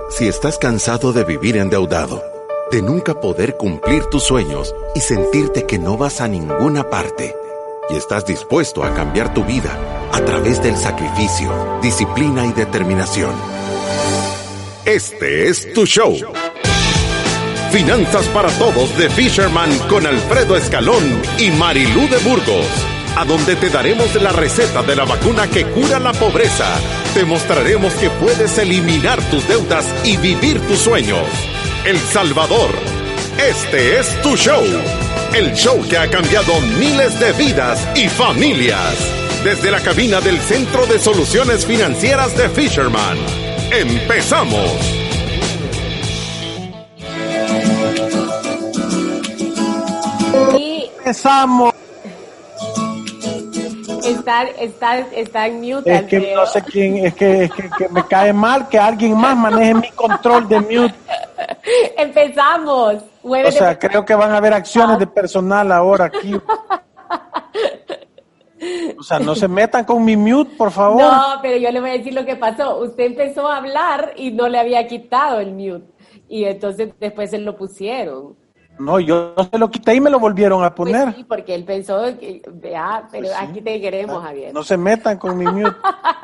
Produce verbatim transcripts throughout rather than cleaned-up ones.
Si estás cansado de vivir endeudado, de nunca poder cumplir tus sueños y sentirte que no vas a ninguna parte, y estás dispuesto a cambiar tu vida a través del sacrificio, disciplina y determinación, este es tu show. Finanzas para Todos de Fisherman con Alfredo Escalón y Marilú de Burgos, a donde te daremos la receta de la vacuna que cura la pobreza. Te mostraremos que puedes eliminar tus deudas y vivir tus sueños. El Salvador, este es tu show. El show que ha cambiado miles de vidas y familias. Desde la cabina del Centro de Soluciones Financieras de Fisherman. ¡Empezamos! Y Empezamos. Está, está, está en mute. Es que Alfredo. no sé quién, es que, es que, que me cae mal que alguien más maneje mi control de mute. Empezamos. O Muévete. sea, creo que van a haber acciones de personal ahora aquí. O sea, no se metan con mi mute, por favor. No, pero yo le voy a decir lo que pasó. Usted empezó a hablar y no le había quitado el mute. Y entonces después se lo pusieron. No, yo se lo quité y me lo volvieron a poner. Pues sí, porque él pensó, que, vea, pero Pues sí. aquí te queremos, Javier. No se metan con mi mute.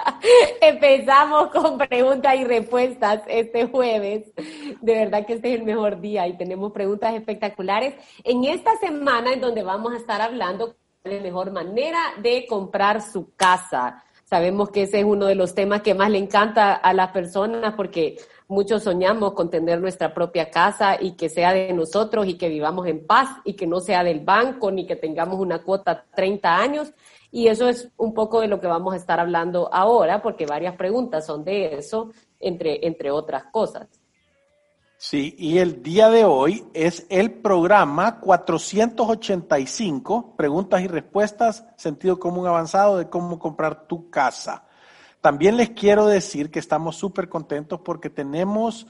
Empezamos con preguntas y respuestas este jueves. De verdad que este es el mejor día y tenemos preguntas espectaculares en esta semana en donde vamos a estar hablando de la mejor manera de comprar su casa. Sabemos que ese es uno de los temas que más le encanta a las personas porque muchos soñamos con tener nuestra propia casa y que sea de nosotros y que vivamos en paz y que no sea del banco ni que tengamos una cuota treinta años. Y eso es un poco de lo que vamos a estar hablando ahora porque varias preguntas son de eso, entre, entre otras cosas. Sí, y el día de hoy es el programa cuatrocientos ochenta y cinco, preguntas y respuestas, sentido común avanzado de cómo comprar tu casa. También les quiero decir que estamos súper contentos porque tenemos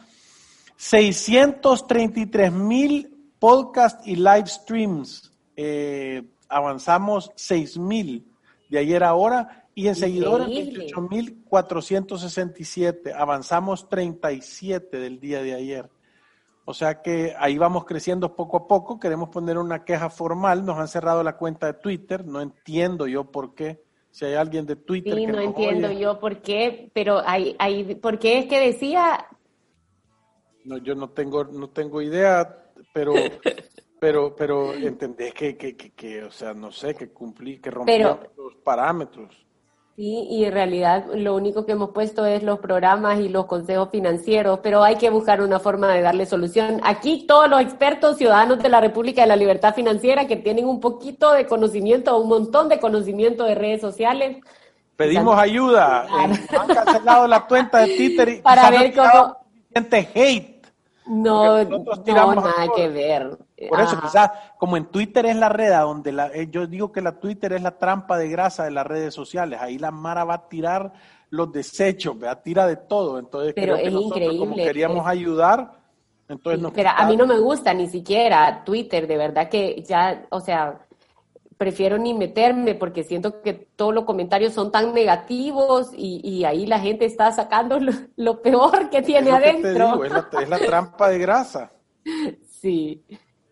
seiscientos treinta y tres mil podcasts y live streams. Eh, avanzamos seis mil de ayer a ahora y en seguidores veintiocho mil cuatrocientos sesenta y siete. Avanzamos treinta y siete del día de ayer. O sea que ahí vamos creciendo poco a poco. Queremos poner una queja formal. Nos han cerrado la cuenta de Twitter. No entiendo yo por qué. Si hay alguien de Twitter Sí, que no nos entiendo oye. yo por qué, pero hay, hay, ¿por qué es que decía? No, yo no tengo, no tengo idea, pero, pero, pero entendés que, que, que, que, o sea, no sé, que cumplí, que rompieron los parámetros. Sí, y en realidad lo único que hemos puesto es los programas y los consejos financieros, pero hay que buscar una forma de darle solución. Aquí todos los expertos ciudadanos de la República de la Libertad Financiera que tienen un poquito de conocimiento, un montón de conocimiento de redes sociales. Pedimos ayuda. Eh, han cancelado la cuenta de Twitter y para quizás ver no cómo... suficiente hate. No, Nosotros no, tiramos nada a que ver. Por eso, Ajá. quizás, como en Twitter es la red a donde la, eh, yo digo que la Twitter es la trampa de grasa de las redes sociales. Ahí la Mara va a tirar los desechos, ¿verdad? Tira de todo. Entonces, Pero creo que es nosotros, increíble. como queríamos Es- ayudar, entonces Sí, nos pero a quitaron. mí no me gusta ni siquiera Twitter, de verdad que ya, o sea, prefiero ni meterme porque siento que todos los comentarios son tan negativos y, y ahí la gente está sacando lo, lo peor que tiene Es lo que te adentro. digo, es la, es la trampa de grasa. Sí.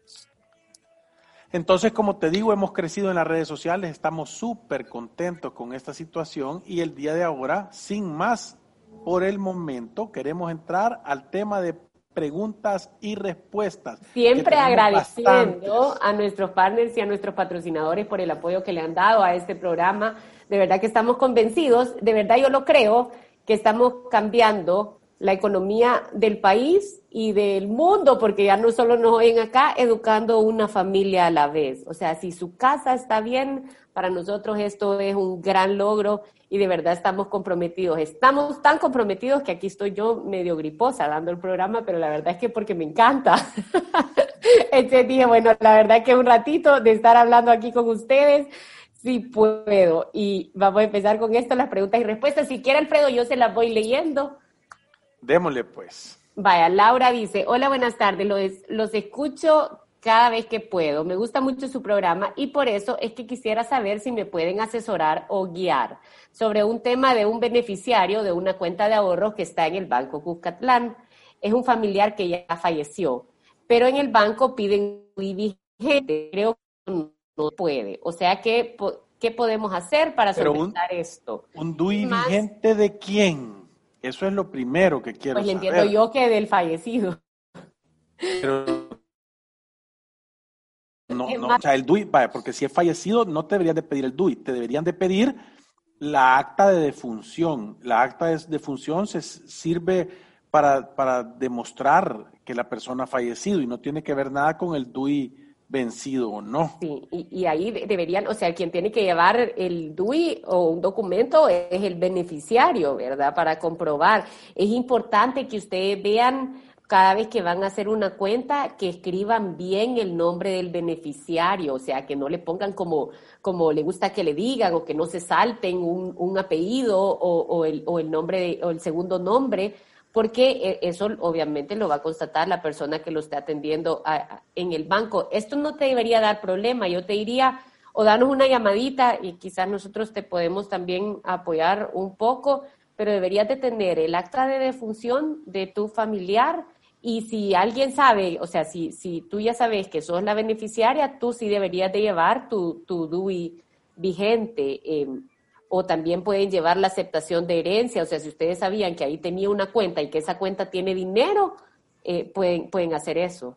Entonces, como te digo, hemos crecido en las redes sociales, estamos súper contentos con esta situación y el día de ahora, sin más por el momento, queremos entrar al tema de preguntas y respuestas. Siempre que tenemos agradeciendo bastantes. a nuestros partners y a nuestros patrocinadores por el apoyo que le han dado a este programa. De verdad que estamos convencidos, de verdad yo lo creo, que estamos cambiando la economía del país y del mundo, porque ya no solo nos oyen acá, educando una familia a la vez. O sea, si su casa está bien, para nosotros esto es un gran logro y de verdad estamos comprometidos. Estamos tan comprometidos que aquí estoy yo medio griposa dando el programa, pero la verdad es que porque me encanta. Entonces dije, bueno, la verdad es que un ratito de estar hablando aquí con ustedes, sí puedo. Y vamos a empezar con esto, las preguntas y respuestas. Si quiere, Alfredo, yo se las voy leyendo. Démosle pues. Vaya, Laura dice, hola, buenas tardes, los, los escucho cada vez que puedo. Me gusta mucho su programa y por eso es que quisiera saber si me pueden asesorar o guiar sobre un tema de un beneficiario de una cuenta de ahorros que está en el Banco Cuscatlán. es un familiar que ya falleció, pero en el banco piden D U I vigente, creo que no puede. O sea, ¿qué, qué podemos hacer para Pero solventar un, esto? ¿Un D U I Más, vigente de quién? Eso es lo primero que quiero pues le saber. entiendo yo que del fallecido. Pero no, Es no, más, o sea, el D U I, vaya, porque si es fallecido no te deberían de pedir el D U I, te deberían de pedir la acta de defunción. La acta de defunción se sirve para, para demostrar que la persona ha fallecido y no tiene que ver nada con el D U I vencido o no. sí, y, y ahí deberían, o sea, quien tiene que llevar el D U I o un documento es el beneficiario, ¿verdad? Para comprobar. Es importante que ustedes vean cada vez que van a hacer una cuenta, que escriban bien el nombre del beneficiario, o sea, que no le pongan como, como le gusta que le digan, o que no se salten un, un apellido o, o, el, o el nombre de, o el segundo nombre, porque eso obviamente lo va a constatar la persona que lo está atendiendo a, a, en el banco. Esto no te debería dar problema, yo te diría, o danos una llamadita y quizás nosotros te podemos también apoyar un poco, pero deberías de tener el acta de defunción de tu familiar. Y si alguien sabe, o sea, si, si tú ya sabes que sos la beneficiaria, tú sí deberías de llevar tu, tu D U I vigente. Eh, o también pueden llevar la aceptación de herencia. O sea, si ustedes sabían que ahí tenía una cuenta y que esa cuenta tiene dinero, eh, pueden, pueden hacer eso.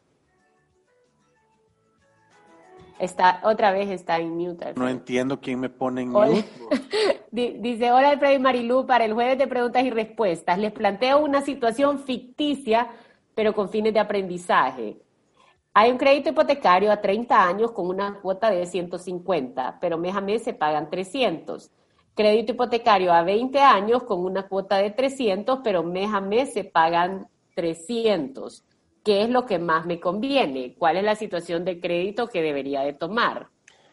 Está, otra vez está en mute. No entiendo quién me pone en Hola. mute. Dice, hola Alfredo y Marilú, para el jueves de preguntas y respuestas, les planteo una situación ficticia pero con fines de aprendizaje. Hay un crédito hipotecario a treinta años con una cuota de ciento cincuenta, pero mes a mes se pagan trescientos. Crédito hipotecario a veinte años con una cuota de trescientos, pero mes a mes se pagan trescientos. ¿Qué es lo que más me conviene? ¿Cuál es la situación de crédito que debería de tomar?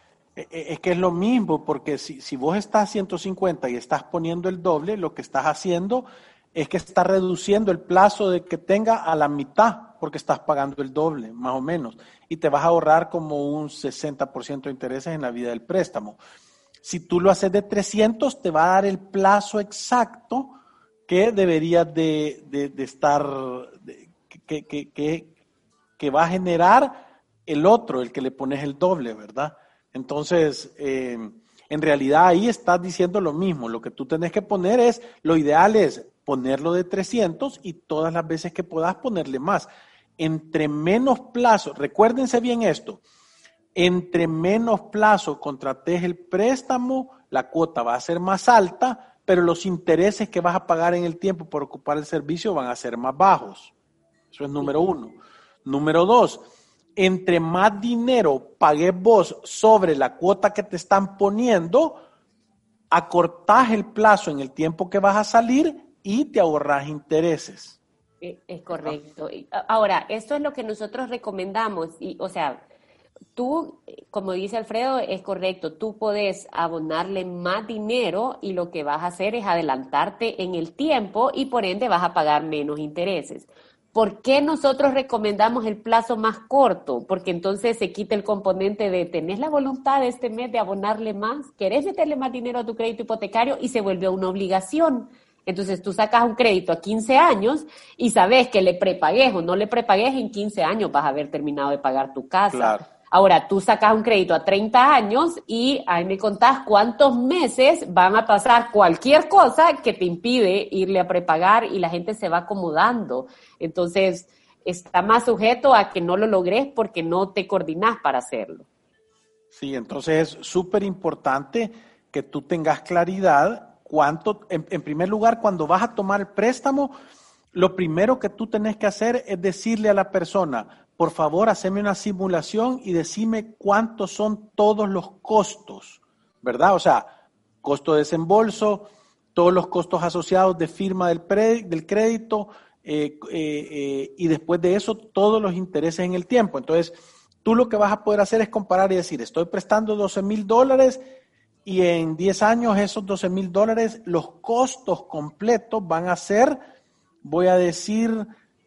Es que es lo mismo, porque si, si vos estás a ciento cincuenta y estás poniendo el doble, lo que estás haciendo es que estás reduciendo el plazo de que tenga a la mitad, porque estás pagando el doble, más o menos, y te vas a ahorrar como un sesenta por ciento de intereses en la vida del préstamo. Si tú lo haces de trescientos, te va a dar el plazo exacto que deberías de, de, de estar, de, que, que, que, que va a generar el otro, el que le pones el doble, ¿verdad? Entonces, eh, en realidad ahí estás diciendo lo mismo. Lo que tú tenés que poner es, lo ideal es ponerlo de trescientos y todas las veces que puedas ponerle más. Entre menos plazo, recuérdense bien esto, entre menos plazo contrates el préstamo, la cuota va a ser más alta, pero los intereses que vas a pagar en el tiempo por ocupar el servicio van a ser más bajos. Eso es número uno. Número dos, entre más dinero pagues vos sobre la cuota que te están poniendo, acortás el plazo en el tiempo que vas a salir y te ahorras intereses. Es correcto. Ahora, esto es lo que nosotros recomendamos. Y, o sea, tú, como dice Alfredo, es correcto. Tú podés abonarle más dinero y lo que vas a hacer es adelantarte en el tiempo y por ende vas a pagar menos intereses. ¿Por qué nosotros recomendamos el plazo más corto? Porque entonces se quita el componente de ¿tenés la voluntad de este mes de abonarle más? ¿Querés meterle más dinero a tu crédito hipotecario? Y se vuelve una obligación. Entonces tú sacas un crédito a quince años y sabes que le prepagues o no le prepagues, en quince años vas a haber terminado de pagar tu casa. Claro. Ahora, tú sacas un crédito a treinta años y ahí me contás cuántos meses van a pasar cualquier cosa que te impide irle a prepagar y la gente se va acomodando. Entonces, está más sujeto a que no lo logres porque no te coordinás para hacerlo. Sí, entonces es súper importante que tú tengas claridad cuánto, en, en primer lugar, cuando vas a tomar el préstamo, lo primero que tú tenés que hacer es decirle a la persona, por favor, haceme una simulación y decime cuántos son todos los costos, ¿verdad? O sea, costo de desembolso, todos los costos asociados de firma del, pre, del crédito eh, eh, eh, y después de eso todos los intereses en el tiempo. Entonces, tú lo que vas a poder hacer es comparar y decir, estoy prestando doce mil dólares y en diez años esos doce mil dólares, los costos completos van a ser, voy a decir,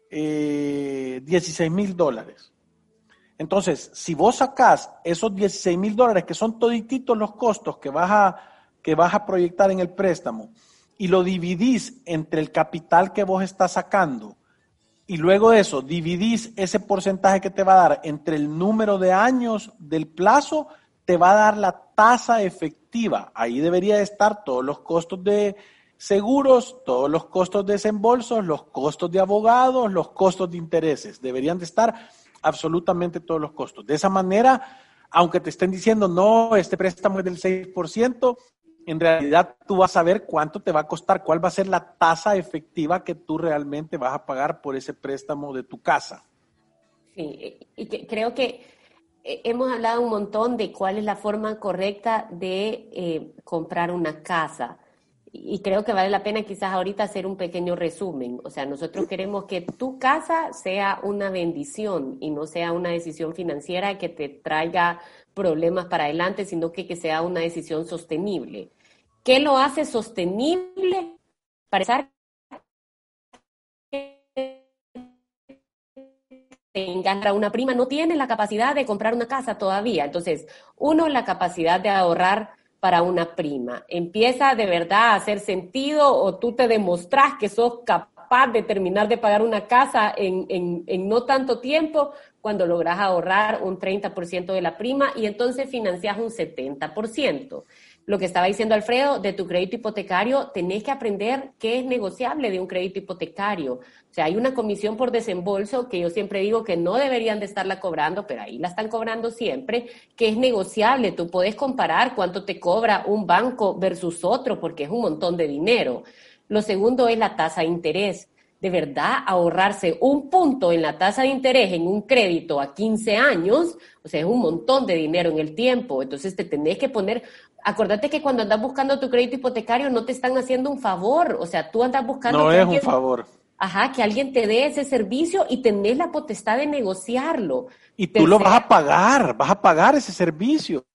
eh, dieciséis mil dólares. Entonces, si vos sacás esos dieciséis mil dólares, que son todititos los costos que vas a, que vas a proyectar en el préstamo, y lo dividís entre el capital que vos estás sacando y luego de eso dividís ese porcentaje que te va a dar entre el número de años del plazo, te va a dar la tasa efectiva. Ahí debería estar todos los costos de seguros, todos los costos de desembolsos, los costos de abogados, los costos de intereses. Deberían de estar absolutamente todos los costos. De esa manera, aunque te estén diciendo, no, este préstamo es del seis por ciento, en realidad tú vas a ver cuánto te va a costar, cuál va a ser la tasa efectiva que tú realmente vas a pagar por ese préstamo de tu casa. Sí, y que creo que hemos hablado un montón de cuál es la forma correcta de eh, comprar una casa. Y creo que vale la pena quizás ahorita hacer un pequeño resumen. O sea, nosotros queremos que tu casa sea una bendición y no sea una decisión financiera que te traiga problemas para adelante, sino que, que sea una decisión sostenible. ¿Qué lo hace sostenible? Para empezar, tengas una prima, no tiene la capacidad de comprar una casa todavía. Entonces, uno, la capacidad de ahorrar para una prima. Empieza de verdad a hacer sentido o tú te demostrás que sos capaz de terminar de pagar una casa en, en, en no tanto tiempo cuando lográs ahorrar un treinta por ciento de la prima y entonces financiás un setenta por ciento. Lo que estaba diciendo Alfredo, de tu crédito hipotecario, tenés que aprender qué es negociable de un crédito hipotecario. O sea, hay una comisión por desembolso que yo siempre digo que no deberían de estarla cobrando, pero ahí la están cobrando siempre, que es negociable. Tú puedes comparar cuánto te cobra un banco versus otro, porque es un montón de dinero. Lo segundo es la tasa de interés. De verdad, ahorrarse un punto en la tasa de interés en un crédito a quince años, o sea, es un montón de dinero en el tiempo. Entonces te tenés que poner... Acordate que cuando andas buscando tu crédito hipotecario no te están haciendo un favor, o sea, tú andas buscando... No que es alguien, un favor. Ajá, que alguien te dé ese servicio y tenés la potestad de negociarlo. Y tú Tercero, lo vas a pagar, vas a pagar ese servicio.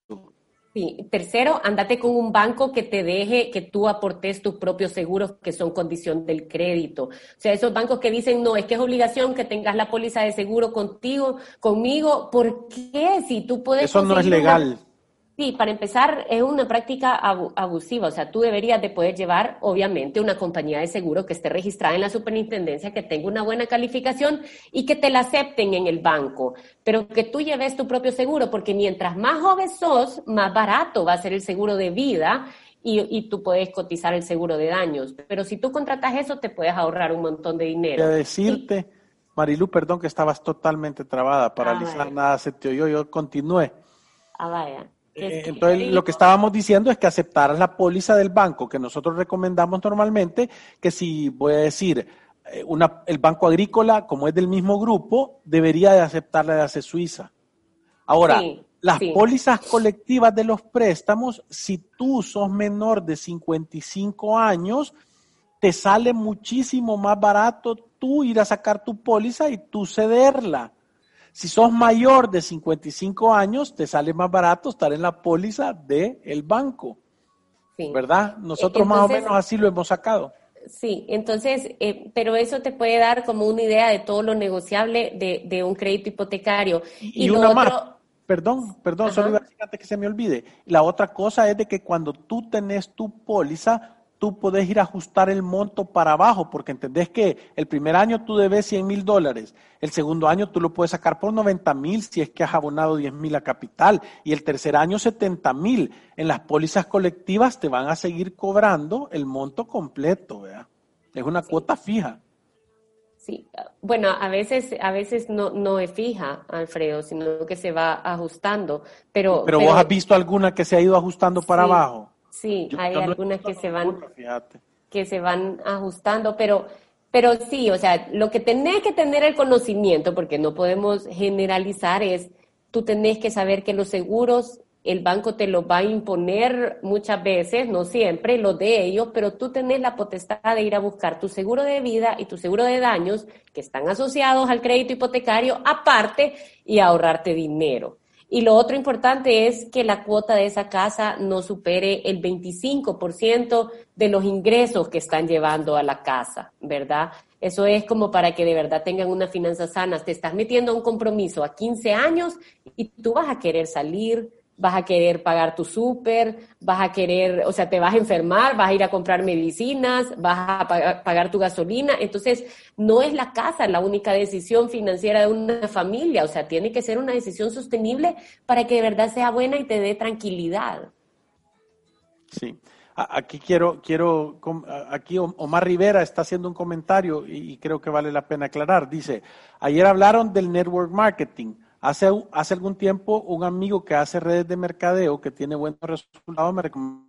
Sí. Tercero, andate con un banco que te deje que tú aportes tus propios seguros que son condición del crédito. O sea, esos bancos que dicen, no, es que es obligación que tengas la póliza de seguro contigo, conmigo. ¿Por qué? Si tú puedes... Eso no es legal. Una... Sí, para empezar, es una práctica abu- abusiva. O sea, tú deberías de poder llevar, obviamente, una compañía de seguro que esté registrada en la superintendencia, que tenga una buena calificación y que te la acepten en el banco. Pero que tú lleves tu propio seguro, porque mientras más joven sos, más barato va a ser el seguro de vida y, y tú puedes cotizar el seguro de daños. Pero si tú contratas eso, te puedes ahorrar un montón de dinero. Voy a decirte, y... Marilu, perdón que estabas totalmente trabada, paralizada, ah, nada se te oyó, yo continué. Ah, vaya. Entonces, lo que estábamos diciendo es que aceptaras la póliza del banco que nosotros recomendamos normalmente, que si voy a decir, una, el Banco Agrícola, como es del mismo grupo, debería de aceptar la de ACE Suiza. Ahora, sí, las sí. pólizas colectivas de los préstamos, si tú sos menor de cincuenta y cinco años, te sale muchísimo más barato tú ir a sacar tu póliza y tú cederla. Si sos mayor de cincuenta y cinco años, te sale más barato estar en la póliza del banco, sí. ¿verdad? Nosotros entonces, más o menos así lo hemos sacado. Sí, entonces, eh, pero eso te puede dar como una idea de todo lo negociable de, de un crédito hipotecario. Y, y una otro... más, perdón, perdón, Ajá. solo iba a decir antes que se me olvide. La otra cosa es de que cuando tú tenés tu póliza, tú podés ir a ajustar el monto para abajo, porque entendés que el primer año tú debes cien mil dólares, el segundo año tú lo puedes sacar por noventa mil si es que has abonado diez mil a capital, y el tercer año setenta mil. En las pólizas colectivas te van a seguir cobrando el monto completo, ¿verdad? Es una sí. cuota fija. Sí, bueno, a veces, a veces no, no es fija, Alfredo, sino que se va ajustando. Pero, pero, pero vos has visto alguna que se ha ido ajustando para sí. abajo. Sí, Yo hay no algunas que se van fíjate. que se van ajustando, pero pero sí, o sea, lo que tenés que tener el conocimiento, porque no podemos generalizar, es tú tenés que saber que los seguros el banco te los va a imponer muchas veces, no siempre, los de ellos, pero tú tenés la potestad de ir a buscar tu seguro de vida y tu seguro de daños que están asociados al crédito hipotecario aparte y ahorrarte dinero. Y lo otro importante es que la cuota de esa casa no supere el veinticinco por ciento de los ingresos que están llevando a la casa, ¿verdad? Eso es como para que de verdad tengan unas finanzas sanas. Te estás metiendo a un compromiso a quince años y tú vas a querer salir vas a querer pagar tu súper, vas a querer, o sea, te vas a enfermar, vas a ir a comprar medicinas, vas a pagar, pagar tu gasolina. Entonces, no es la casa la única decisión financiera de una familia, o sea, tiene que ser una decisión sostenible para que de verdad sea buena y te dé tranquilidad. Sí. Aquí quiero, quiero, aquí Omar Rivera está haciendo un comentario y creo que vale la pena aclarar. Dice, ayer hablaron del network marketing. Hace, hace algún tiempo un amigo que hace redes de mercadeo, que tiene buenos resultados, me recomendó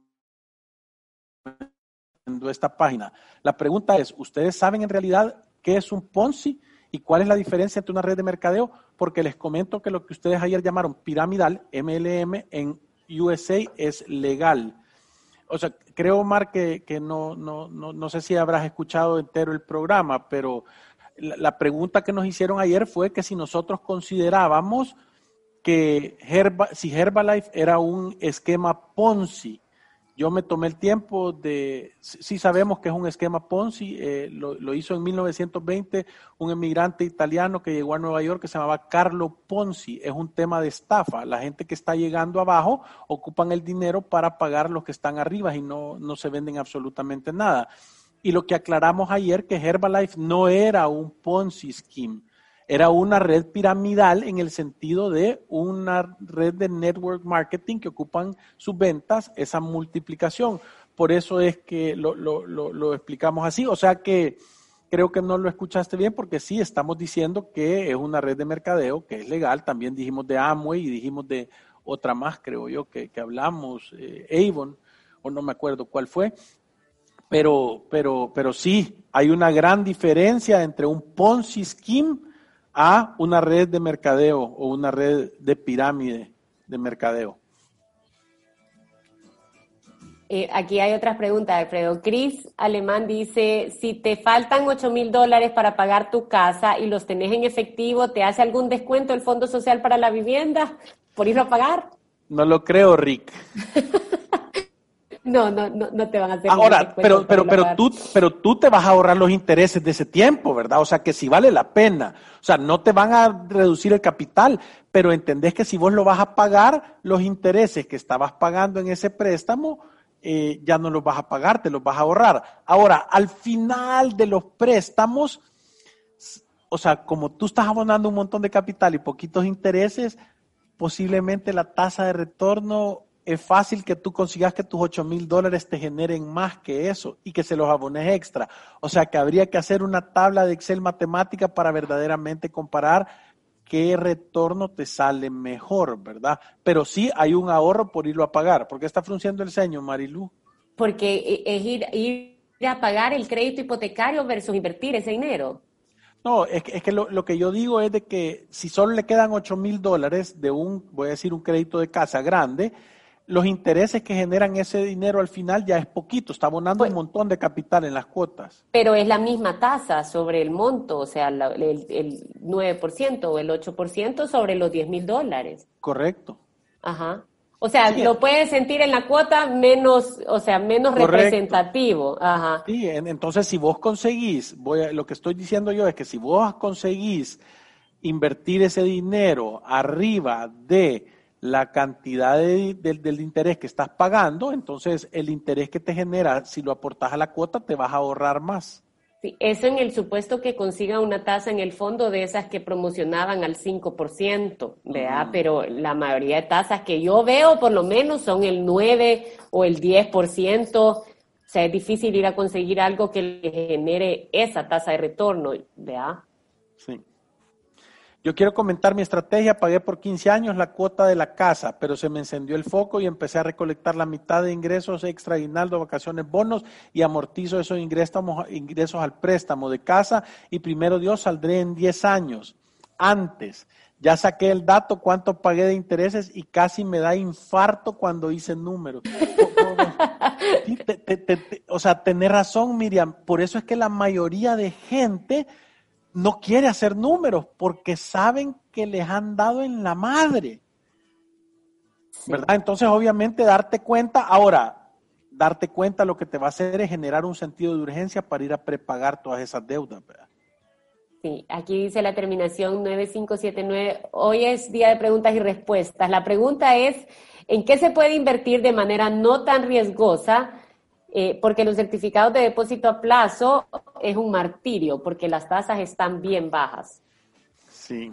esta página. La pregunta es, ¿ustedes saben en realidad qué es un Ponzi y cuál es la diferencia entre una red de mercadeo? Porque les comento que lo que ustedes ayer llamaron piramidal, M L M, en U S A es legal. O sea, creo, Omar, que, que no, no, no, no sé si habrás escuchado entero el programa, pero la, la pregunta que nos hicieron ayer fue que si nosotros considerábamos que Herba, si Herbalife era un esquema Ponzi. Yo me tomé el tiempo de, sí sabemos que es un esquema Ponzi, eh, lo, lo hizo en mil novecientos veinte un emigrante italiano que llegó a Nueva York que se llamaba Carlo Ponzi. Es un tema de estafa. La gente que está llegando abajo ocupan el dinero para pagar los que están arriba y no, no se venden absolutamente nada. Y lo que aclaramos ayer que Herbalife no era un Ponzi scheme. Era una red piramidal en el sentido de una red de network marketing que ocupan sus ventas, esa multiplicación. Por eso es que lo, lo, lo, lo explicamos así. O sea que creo que no lo escuchaste bien porque sí, estamos diciendo que es una red de mercadeo que es legal. También dijimos de Amway y dijimos de otra más, creo yo, que, que hablamos, eh, Avon, o no me acuerdo cuál fue. Pero, pero, pero sí, hay una gran diferencia entre un Ponzi scheme a una red de mercadeo o una red de pirámide de mercadeo. Eh, aquí hay otras preguntas, Alfredo. Chris Alemán dice, si te faltan ocho mil dólares para pagar tu casa y los tenés en efectivo, ¿te hace algún descuento el Fondo Social para la Vivienda por irlo a pagar? No lo creo, Rick. No, no, no, no te van a hacer. Ahora, pero, pero, pero tú, pero tú te vas a ahorrar los intereses de ese tiempo, ¿verdad? O sea, que si vale la pena. O sea, no te van a reducir el capital, pero entendés que si vos lo vas a pagar, los intereses que estabas pagando en ese préstamo, eh, ya no los vas a pagar, te los vas a ahorrar. Ahora, al final de los préstamos, o sea, como tú estás abonando un montón de capital y poquitos intereses, posiblemente la tasa de retorno es fácil que tú consigas que tus ocho mil dólares te generen más que eso y que se los abones extra. O sea que habría que hacer una tabla de Excel matemática para verdaderamente comparar qué retorno te sale mejor, ¿verdad? Pero sí hay un ahorro por irlo a pagar. ¿Por qué está frunciendo el ceño, Marilu? Porque es ir, ir a pagar el crédito hipotecario versus invertir ese dinero. No, es que, es que lo, lo que yo digo es de que si solo le quedan ocho mil dólares de un, voy a decir, un crédito de casa grande, los intereses que generan ese dinero al final ya es poquito, está abonando pues, un montón de capital en las cuotas. Pero es la misma tasa sobre el monto, o sea, la, el, el nueve por ciento o el ocho por ciento sobre los diez mil dólares. Correcto. Ajá. O sea, sí, lo puedes sentir en la cuota menos, o sea, menos correcto. Representativo. Ajá. Sí, entonces si vos conseguís, voy a, lo que estoy diciendo yo es que si vos conseguís invertir ese dinero arriba de la cantidad de, de, del interés que estás pagando, entonces el interés que te genera, si lo aportas a la cuota, te vas a ahorrar más. Sí, eso en el supuesto que consiga una tasa en el fondo de esas que promocionaban al cinco por ciento, ¿verdad? Mm. Pero la mayoría de tasas que yo veo, por lo menos, son el nueve o el diez por ciento. O sea, es difícil ir a conseguir algo que le genere esa tasa de retorno, ¿verdad? Sí. Yo quiero comentar mi estrategia, pagué por quince años la cuota de la casa, pero se me encendió el foco y empecé a recolectar la mitad de ingresos extra, aguinaldo, vacaciones, bonos y amortizo esos ingresos, ingresos al préstamo de casa y primero Dios saldré en diez años. Antes, ya saqué el dato, cuánto pagué de intereses y casi me da infarto cuando hice números. Sí, te, te, te, te, o sea, tenés razón, Miriam, por eso es que la mayoría de gente no quiere hacer números porque saben que les han dado en la madre, sí. ¿Verdad? Entonces, obviamente, darte cuenta, ahora, darte cuenta lo que te va a hacer es generar un sentido de urgencia para ir a prepagar todas esas deudas, ¿verdad? Sí, aquí dice la terminación nueve cinco siete nueve. Hoy es día de preguntas y respuestas. La pregunta es, ¿en qué se puede invertir de manera no tan riesgosa? Eh, porque los certificados de depósito a plazo es un martirio, porque las tasas están bien bajas. Sí.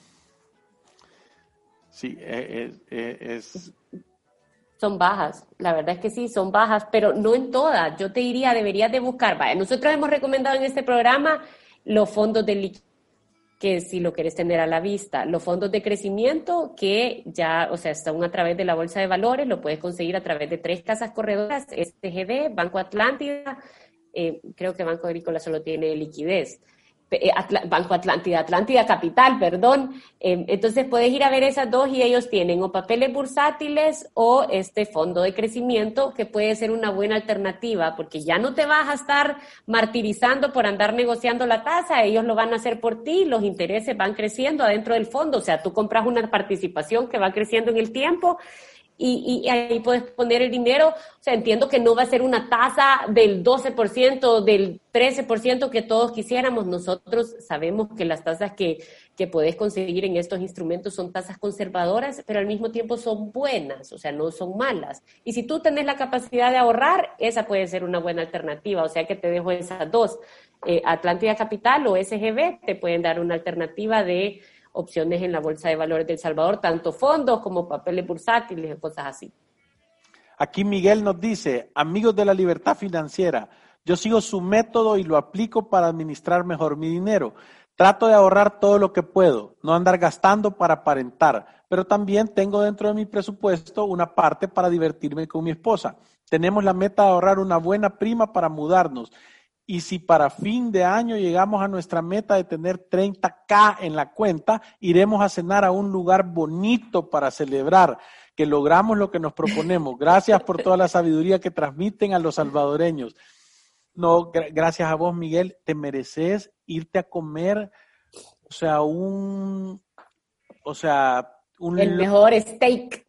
Sí, es, es, es... Son bajas, la verdad es que sí, son bajas, pero no en todas. Yo te diría, deberías de buscar. Vaya, nosotros hemos recomendado en este programa los fondos de liquidez, que si lo quieres tener a la vista, los fondos de crecimiento que ya, o sea, están a través de la Bolsa de Valores, lo puedes conseguir a través de tres casas corredoras, S G D, Banco Atlántida, eh, creo que Banco Agrícola solo tiene liquidez. Atl- Banco Atlántida, Atlántida Capital, perdón. Eh, entonces puedes ir a ver esas dos y ellos tienen o papeles bursátiles o este fondo de crecimiento que puede ser una buena alternativa porque ya no te vas a estar martirizando por andar negociando la tasa, ellos lo van a hacer por ti, los intereses van creciendo adentro del fondo, o sea, tú compras una participación que va creciendo en el tiempo. Y, y ahí puedes poner el dinero, o sea, entiendo que no va a ser una tasa del doce por ciento, del trece por ciento que todos quisiéramos. Nosotros sabemos que las tasas que, que puedes conseguir en estos instrumentos son tasas conservadoras, pero al mismo tiempo son buenas, o sea, no son malas. Y si tú tenés la capacidad de ahorrar, esa puede ser una buena alternativa, o sea que te dejo esas dos. Eh, Atlántida Capital o S G B te pueden dar una alternativa de opciones en la Bolsa de Valores de El Salvador, tanto fondos como papeles bursátiles y cosas así. Aquí Miguel nos dice, amigos de la libertad financiera, yo sigo su método y lo aplico para administrar mejor mi dinero. Trato de ahorrar todo lo que puedo, no andar gastando para aparentar, pero también tengo dentro de mi presupuesto una parte para divertirme con mi esposa. Tenemos la meta de ahorrar una buena prima para mudarnos. Y si para fin de año llegamos a nuestra meta de tener treinta K en la cuenta, iremos a cenar a un lugar bonito para celebrar que logramos lo que nos proponemos. Gracias por toda la sabiduría que transmiten a los salvadoreños. No, gra- gracias a vos, Miguel. Te mereces irte a comer, o sea, un, o sea, un, El mejor steak.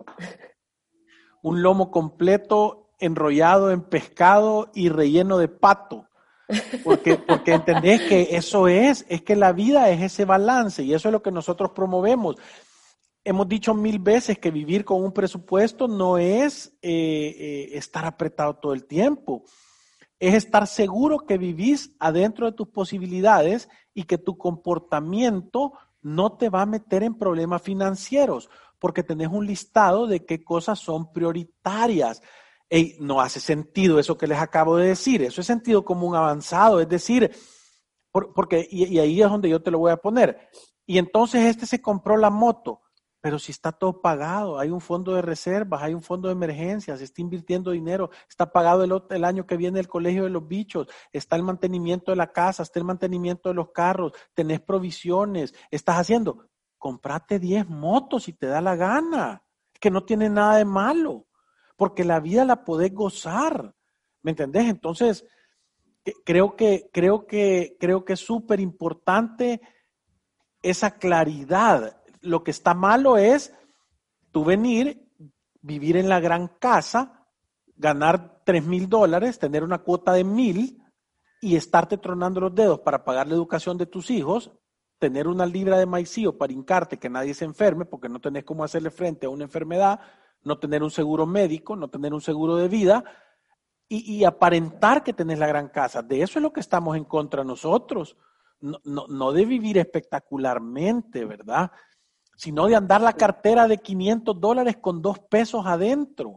un lomo completo enrollado en pescado y relleno de pato. Porque, porque entendés que eso es, es que la vida es ese balance y eso es lo que nosotros promovemos. Hemos dicho mil veces que vivir con un presupuesto no es eh, eh, estar apretado todo el tiempo, es estar seguro que vivís adentro de tus posibilidades y que tu comportamiento no te va a meter en problemas financieros, porque tenés un listado de qué cosas son prioritarias. Ey, no hace sentido eso que les acabo de decir, eso es sentido común avanzado, es decir, por, porque, y, y ahí es donde yo te lo voy a poner. Y entonces este se compró la moto, pero si está todo pagado, hay un fondo de reservas, hay un fondo de emergencias, se está invirtiendo dinero, está pagado el, el año que viene el colegio de los bichos, está el mantenimiento de la casa, está el mantenimiento de los carros, tenés provisiones, estás haciendo, comprate diez motos si te da la gana, que no tiene nada de malo. Porque la vida la podés gozar, ¿me entendés? Entonces, creo que, creo que, creo que es súper importante esa claridad. Lo que está malo es tú venir, vivir en la gran casa, ganar tres mil dólares, tener una cuota de mil y estarte tronando los dedos para pagar la educación de tus hijos, tener una libra de maicillo para hincarte que nadie se enferme porque no tenés cómo hacerle frente a una enfermedad, no tener un seguro médico, no tener un seguro de vida y, y aparentar que tenés la gran casa. De eso es lo que estamos en contra nosotros. No, no, no de vivir espectacularmente, ¿verdad? Sino de andar la cartera de quinientos dólares con dos pesos adentro.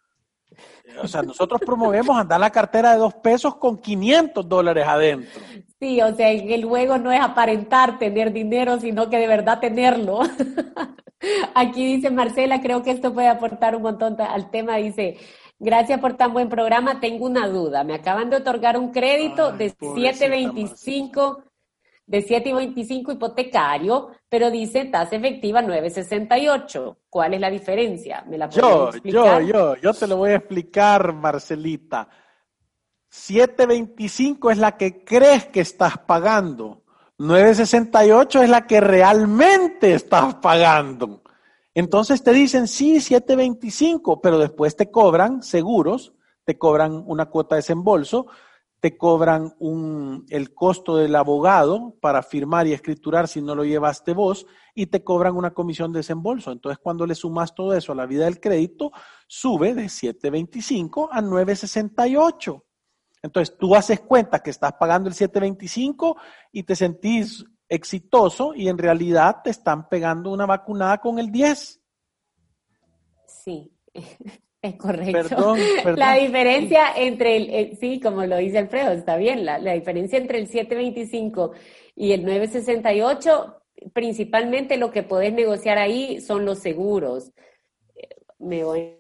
O sea, nosotros promovemos andar la cartera de dos pesos con quinientos dólares adentro. Sí, o sea, el juego no es aparentar tener dinero, sino que de verdad tenerlo. Aquí dice Marcela, creo que esto puede aportar un montón al tema, dice, gracias por tan buen programa, tengo una duda, me acaban de otorgar un crédito Ay, de siete veinticinco, de siete veinticinco hipotecario, pero dice tasa efectiva nueve sesenta y ocho, ¿cuál es la diferencia? ¿Me la yo, explicar? Yo, yo, yo te lo voy a explicar, Marcelita. siete veinticinco es la que crees que estás pagando. nueve sesenta y ocho es la que realmente estás pagando. Entonces te dicen, sí, siete veinticinco, pero después te cobran seguros, te cobran una cuota de desembolso, te cobran un, el costo del abogado para firmar y escriturar si no lo llevaste vos, y te cobran una comisión de desembolso. Entonces, cuando le sumas todo eso a la vida del crédito, sube de siete veinticinco a nueve sesenta y ocho. Entonces, tú haces cuenta que estás pagando el siete veinticinco y te sentís exitoso, y en realidad te están pegando una vacunada con el diez. Sí. Es correcto. Perdón, perdón. La diferencia entre el, el, sí, como lo dice Alfredo, está bien, la, la diferencia entre el siete veinticinco y el nueve sesenta y ocho, principalmente lo que podés negociar ahí son los seguros. Me voy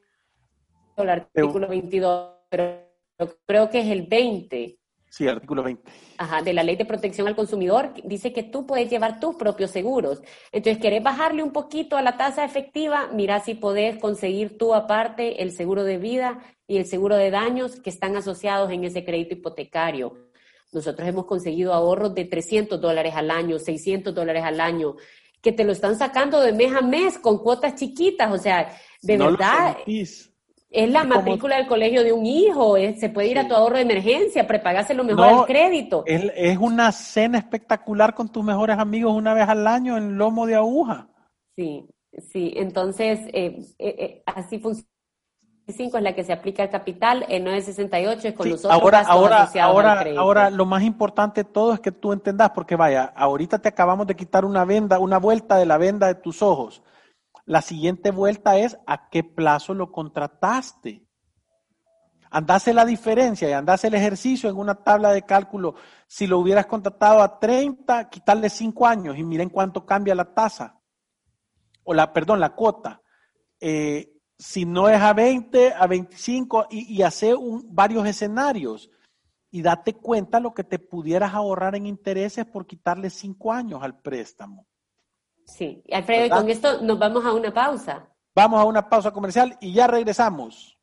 al artículo veintidós, pero creo que es el veinte. Sí, artículo veinte. Ajá, de la Ley de Protección al Consumidor, dice que tú puedes llevar tus propios seguros. Entonces, ¿querés bajarle un poquito a la tasa efectiva? Mira si podés conseguir tú aparte el seguro de vida y el seguro de daños que están asociados en ese crédito hipotecario. Nosotros hemos conseguido ahorros de trescientos dólares al año, seiscientos dólares al año, que te lo están sacando de mes a mes con cuotas chiquitas. O sea, de no verdad... Es la matrícula del colegio de un hijo, es, se puede ir sí. a tu ahorro de emergencia, prepagárselo mejor no, al crédito. Es, es una cena espectacular con tus mejores amigos una vez al año en lomo de aguja. Sí, sí, entonces eh, eh, eh, así funciona. cinco es la que se aplica al capital, el nueve sesenta y ocho es con sí, los otros ahora, gastos ahora, asociados ahora, al crédito. Ahora, lo más importante de todo es que tú entendas, porque vaya, ahorita te acabamos de quitar una venda, una vuelta de la venda de tus ojos. La siguiente vuelta es a qué plazo lo contrataste. Andase la diferencia y andase el ejercicio en una tabla de cálculo. Si lo hubieras contratado a treinta, quitarle cinco años y miren cuánto cambia la tasa. O la, perdón, la cuota. Eh, si no es a veinte, a veinticinco y, y hace un, varios escenarios. Y date cuenta lo que te pudieras ahorrar en intereses por quitarle cinco años al préstamo. Sí, Alfredo, ¿verdad? Y con esto nos vamos a una pausa. Vamos a una pausa comercial y ya regresamos.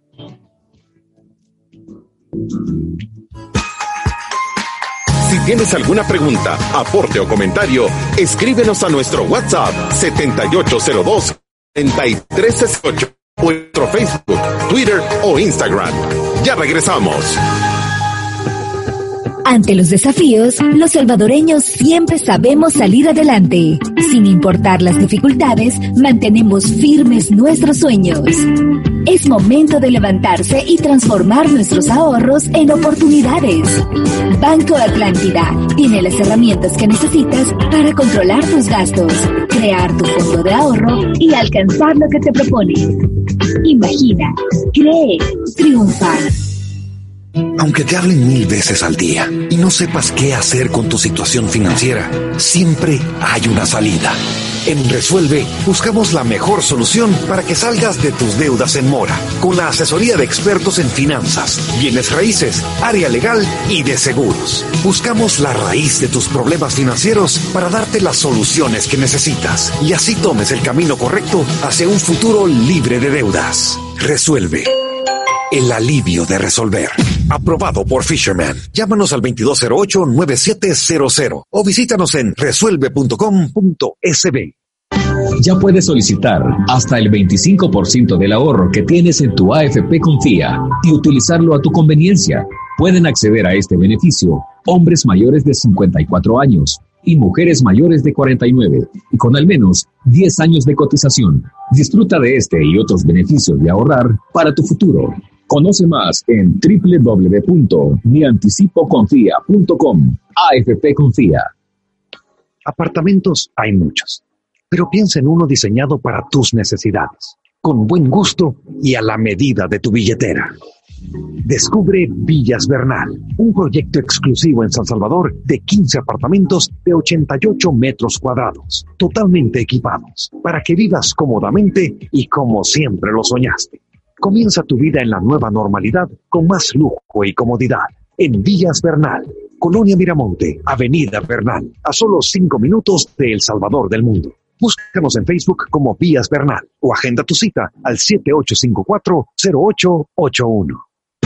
Si tienes alguna pregunta, aporte o comentario, escríbenos a nuestro WhatsApp setenta y ocho cero dos, treinta y tres sesenta y ocho o nuestro Facebook, Twitter o Instagram. Ya regresamos. Ante los desafíos, los salvadoreños siempre sabemos salir adelante. Sin importar las dificultades, mantenemos firmes nuestros sueños. Es momento de levantarse y transformar nuestros ahorros en oportunidades. Banco Atlántida tiene las herramientas que necesitas para controlar tus gastos, crear tu fondo de ahorro y alcanzar lo que te propones. Imagina, cree, triunfa. Aunque te hablen mil veces al día y no sepas qué hacer con tu situación financiera, siempre hay una salida. En Resuelve buscamos la mejor solución para que salgas de tus deudas en mora, con la asesoría de expertos en finanzas, bienes raíces, área legal y de seguros. Buscamos la raíz de tus problemas financieros para darte las soluciones que necesitas y así tomes el camino correcto hacia un futuro libre de deudas. Resuelve. El alivio de resolver. Aprobado por Fisherman. Llámanos al veintidós cero ocho, nueve siete cero cero o visítanos en resuelve punto com punto es be. Ya puedes solicitar hasta el veinticinco por ciento del ahorro que tienes en tu A F P Confía y utilizarlo a tu conveniencia. Pueden acceder a este beneficio hombres mayores de cincuenta y cuatro años y mujeres mayores de cuarenta y nueve y con al menos diez años de cotización. Disfruta de este y otros beneficios de ahorrar para tu futuro. Conoce más en doble u doble u doble u punto mi anticipo confía punto com. A F P Confía. Apartamentos hay muchos, pero piensa en uno diseñado para tus necesidades, con buen gusto y a la medida de tu billetera. Descubre Villas Bernal, un proyecto exclusivo en San Salvador de quince apartamentos de ochenta y ocho metros cuadrados, totalmente equipados, para que vivas cómodamente y como siempre lo soñaste. Comienza tu vida en la nueva normalidad con más lujo y comodidad. En Villas Bernal, Colonia Miramonte, Avenida Bernal, a solo cinco minutos de El Salvador del Mundo. Búscanos en Facebook como Villas Bernal o agenda tu cita al siete ocho cinco cuatro, cero ocho ocho uno.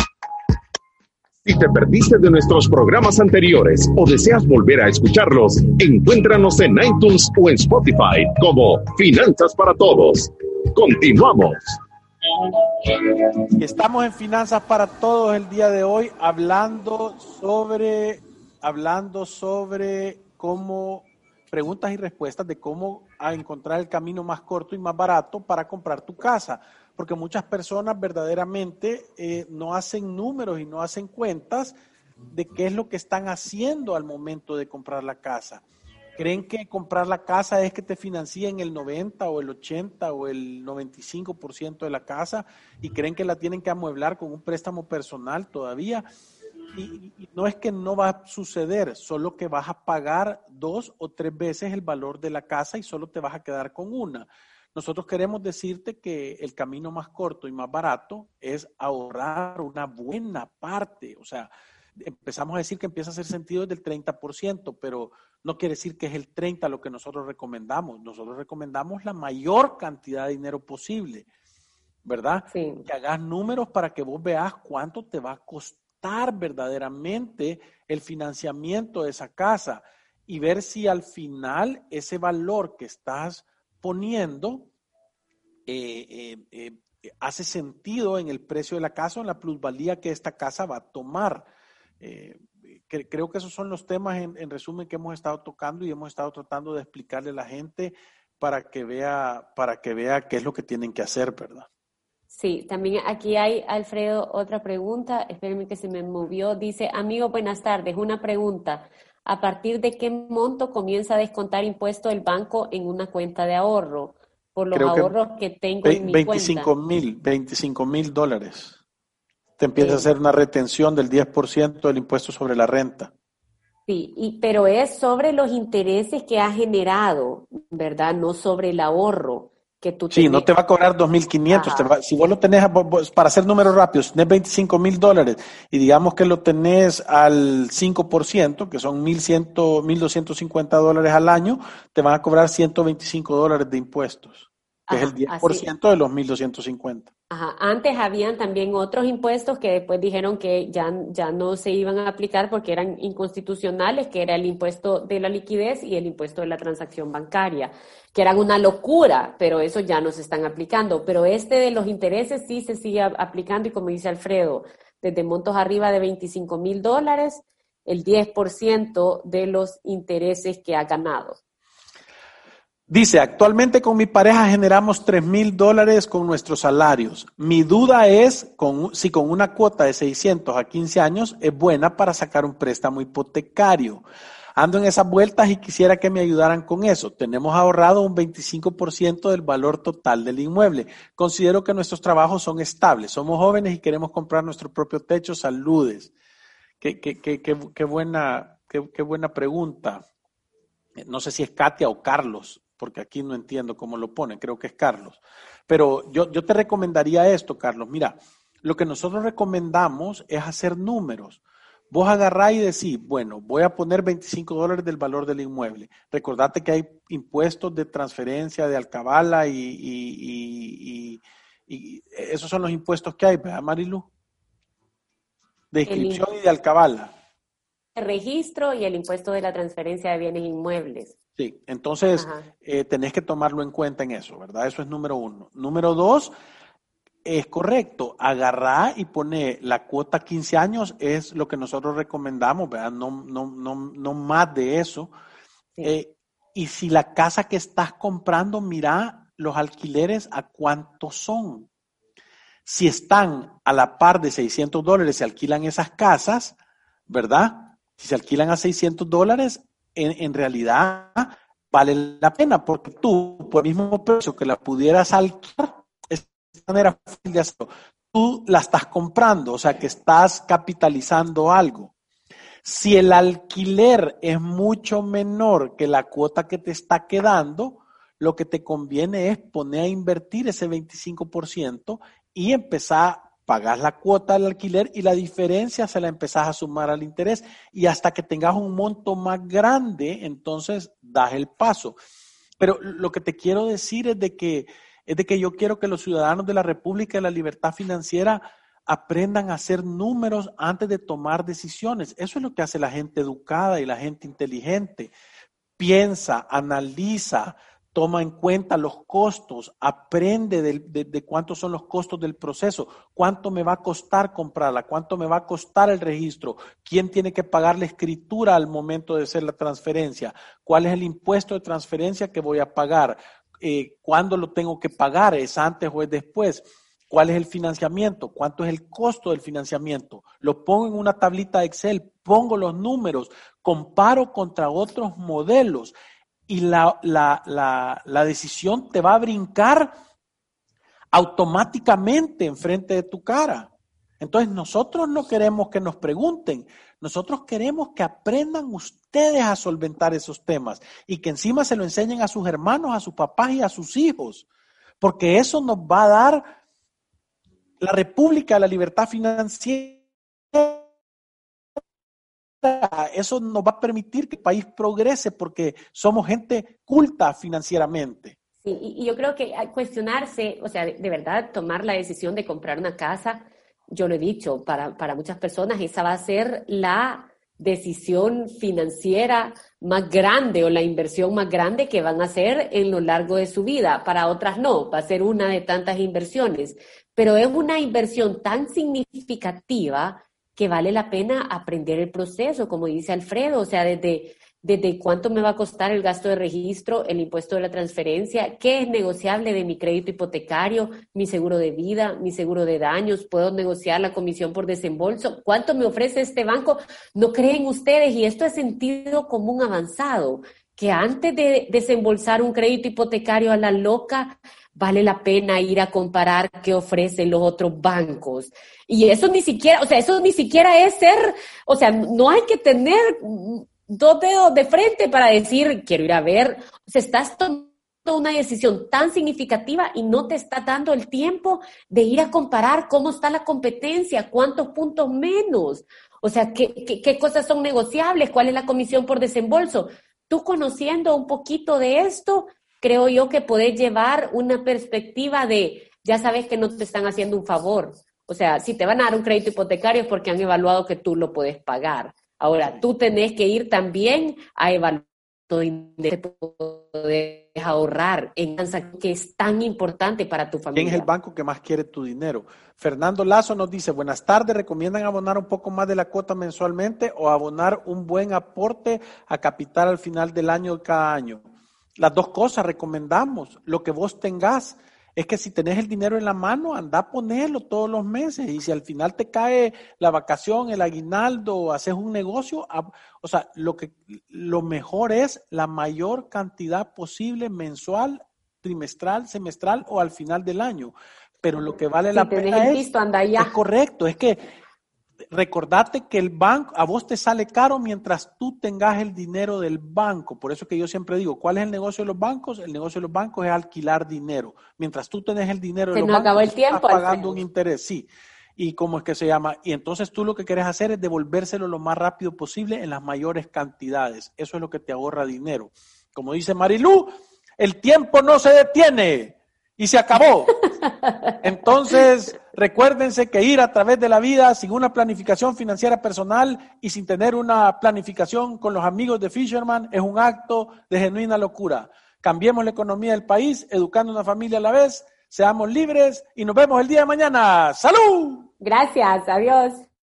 Si te perdiste de nuestros programas anteriores o deseas volver a escucharlos, encuéntranos en iTunes o en Spotify como Finanzas para Todos. Continuamos. Estamos en Finanzas para Todos el día de hoy hablando sobre, hablando sobre cómo, preguntas y respuestas de cómo a encontrar el camino más corto y más barato para comprar tu casa. Porque muchas personas verdaderamente eh, no hacen números y no hacen cuentas de qué es lo que están haciendo al momento de comprar la casa. Creen que comprar la casa es que te financien el noventa o el ochenta o el noventa y cinco por ciento de la casa y creen que la tienen que amueblar con un préstamo personal todavía. Y, y no es que no va a suceder, solo que vas a pagar dos o tres veces el valor de la casa y solo te vas a quedar con una. Nosotros queremos decirte que el camino más corto y más barato es ahorrar una buena parte. O sea, empezamos a decir que empieza a hacer sentido desde el treinta por ciento, pero no quiere decir que es el treinta por ciento lo que nosotros recomendamos. Nosotros recomendamos la mayor cantidad de dinero posible, ¿verdad? Sí. Que hagas números para que vos veas cuánto te va a costar verdaderamente el financiamiento de esa casa y ver si al final ese valor que estás poniendo eh, eh, eh, hace sentido en el precio de la casa o en la plusvalía que esta casa va a tomar. Eh, que, creo que esos son los temas en, en resumen que hemos estado tocando y hemos estado tratando de explicarle a la gente para que vea, para que vea qué es lo que tienen que hacer, ¿verdad? Sí, también aquí hay, Alfredo, otra pregunta. Espérenme que se me movió. Dice, amigo, buenas tardes. Una pregunta. ¿A partir de qué monto comienza a descontar impuesto el banco en una cuenta de ahorro? Por los Creo ahorros que, que tengo ve, en mi veinticinco cuenta. mil, veinticinco mil dólares. Te empieza Sí. a hacer una retención del diez por ciento del impuesto sobre la renta. Sí, y, pero es sobre los intereses que ha generado, ¿verdad? No sobre el ahorro que tú Sí, tenés. no te va a cobrar dos mil quinientos. Te Ajá. va, si vos lo tenés, para hacer números rápidos, si tenés veinticinco mil dólares y digamos que lo tenés al cinco por ciento, que son mil cien, mil doscientos cincuenta dólares al año, te van a cobrar ciento veinticinco dólares de impuestos, que Ajá, es el diez por ciento así. de los mil doscientos cincuenta. Ajá. Antes habían también otros impuestos que después dijeron que ya, ya no se iban a aplicar porque eran inconstitucionales, que era el impuesto de la liquidez y el impuesto de la transacción bancaria, que eran una locura, pero eso ya no se están aplicando. Pero este de los intereses sí se sigue aplicando y como dice Alfredo, desde montos arriba de veinticinco mil dólares, el diez por ciento de los intereses que ha ganado. Dice, actualmente con mi pareja generamos tres mil dólares con nuestros salarios. Mi duda es con, si con una cuota de seiscientos a quince años es buena para sacar un préstamo hipotecario. Ando en esas vueltas y quisiera que me ayudaran con eso. Tenemos ahorrado un veinticinco por ciento del valor total del inmueble. Considero que nuestros trabajos son estables. Somos jóvenes y queremos comprar nuestro propio techo. Saludes. Qué, qué, qué, qué, qué buena, qué, qué buena pregunta. No sé si es Katia o Carlos, porque aquí no entiendo cómo lo ponen, creo que es Carlos. Pero yo, yo te recomendaría esto, Carlos. Mira, lo que nosotros recomendamos es hacer números. Vos agarrás y decís, bueno, voy a poner veinticinco dólares del valor del inmueble. Recordate que hay impuestos de transferencia, de alcabala y, y, y, y, y esos son los impuestos que hay, ¿verdad, Marilu? De inscripción y de alcabala. El registro y el impuesto de la transferencia de bienes inmuebles. Sí, entonces eh, tenés que tomarlo en cuenta en eso, ¿verdad? Eso es número uno. Número dos, es correcto, agarrar y poner la cuota quince años es lo que nosotros recomendamos, ¿verdad? No, no, no, no más de eso. Sí. Eh, y si la casa que estás comprando, mira los alquileres a cuántos son. Si están a la par de seiscientos dólares, se alquilan esas casas, ¿verdad? Si se alquilan a seiscientos dólares, en, en realidad vale la pena, porque tú, por el mismo precio que la pudieras alquilar, es manera fácil de hacerlo. Tú la estás comprando, o sea que estás capitalizando algo. Si el alquiler es mucho menor que la cuota que te está quedando, lo que te conviene es poner a invertir ese veinticinco por ciento y empezar, pagar la cuota del alquiler y la diferencia se la empezás a sumar al interés y hasta que tengas un monto más grande, entonces das el paso. Pero lo que te quiero decir es de que es de que yo quiero que los ciudadanos de la República de la Libertad Financiera aprendan a hacer números antes de tomar decisiones. Eso es lo que hace la gente educada y la gente inteligente. Piensa, analiza, toma en cuenta los costos, aprende de, de, de cuántos son los costos del proceso, cuánto me va a costar comprarla, cuánto me va a costar el registro, quién tiene que pagar la escritura al momento de hacer la transferencia, cuál es el impuesto de transferencia que voy a pagar, eh, cuándo lo tengo que pagar, es antes o es después, cuál es el financiamiento, cuánto es el costo del financiamiento, lo pongo en una tablita de Excel, pongo los números, comparo contra otros modelos. Y la, la, la, la decisión te va a brincar automáticamente enfrente de tu cara. Entonces nosotros no queremos que nos pregunten, nosotros queremos que aprendan ustedes a solventar esos temas y que encima se lo enseñen a sus hermanos, a sus papás y a sus hijos, porque eso nos va a dar la República de la Libertad Financiera. Eso nos va a permitir que el país progrese porque somos gente culta financieramente. Sí, y yo creo que cuestionarse, o sea, de, de verdad tomar la decisión de comprar una casa, yo lo he dicho, para, para muchas personas esa va a ser la decisión financiera más grande o la inversión más grande que van a hacer en lo largo de su vida. Para otras no, va a ser una de tantas inversiones, pero es una inversión tan significativa que vale la pena aprender el proceso, como dice Alfredo, o sea, desde, desde cuánto me va a costar el gasto de registro, el impuesto de la transferencia, qué es negociable de mi crédito hipotecario, mi seguro de vida, mi seguro de daños, puedo negociar la comisión por desembolso, cuánto me ofrece este banco. ¿No creen ustedes, y esto es sentido común avanzado, que antes de desembolsar un crédito hipotecario a la loca, vale la pena ir a comparar qué ofrecen los otros bancos? Y eso ni siquiera, o sea, eso ni siquiera es ser, o sea, no hay que tener dos dedos de frente para decir, quiero ir a ver. O sea, estás tomando una decisión tan significativa y no te está dando el tiempo de ir a comparar cómo está la competencia, cuántos puntos menos. O sea, qué, qué, qué cosas son negociables, cuál es la comisión por desembolso. Tú conociendo un poquito de esto, creo yo que podés llevar una perspectiva de, ya sabes que no te están haciendo un favor. O sea, si te van a dar un crédito hipotecario es porque han evaluado que tú lo puedes pagar. Ahora, tú tenés que ir también a evaluar tu dinero que puedes ahorrar en transacción que es tan importante para tu familia. ¿Quién es el banco que más quiere tu dinero? Fernando Lazo nos dice, buenas tardes, ¿recomiendan abonar un poco más de la cuota mensualmente o abonar un buen aporte a capital al final del año de cada año? Las dos cosas recomendamos, lo que vos tengas. Es que si tenés el dinero en la mano, anda a ponerlo todos los meses. Y si al final te cae la vacación, el aguinaldo, haces un negocio, o sea, lo que lo mejor es la mayor cantidad posible mensual, trimestral, semestral o al final del año. Pero lo que vale si la pena es, visto, anda ya. es correcto, es que recordate que el banco, a vos te sale caro mientras tú tengas el dinero del banco. Por eso que yo siempre digo, ¿cuál es el negocio de los bancos? El negocio de los bancos es alquilar dinero. Mientras tú tenés el dinero de los bancos, el tiempo, estás pagando Alfredo. un interés, sí. ¿Y cómo es que se llama? Y entonces tú lo que quieres hacer es devolvérselo lo más rápido posible en las mayores cantidades. Eso es lo que te ahorra dinero. Como dice Marilú, el tiempo no se detiene. Y se acabó. Entonces, recuérdense que ir a través de la vida sin una planificación financiera personal y sin tener una planificación con los amigos de Fisherman es un acto de genuina locura. Cambiemos la economía del país, educando una familia a la vez, seamos libres y nos vemos el día de mañana. ¡Salud! Gracias, adiós.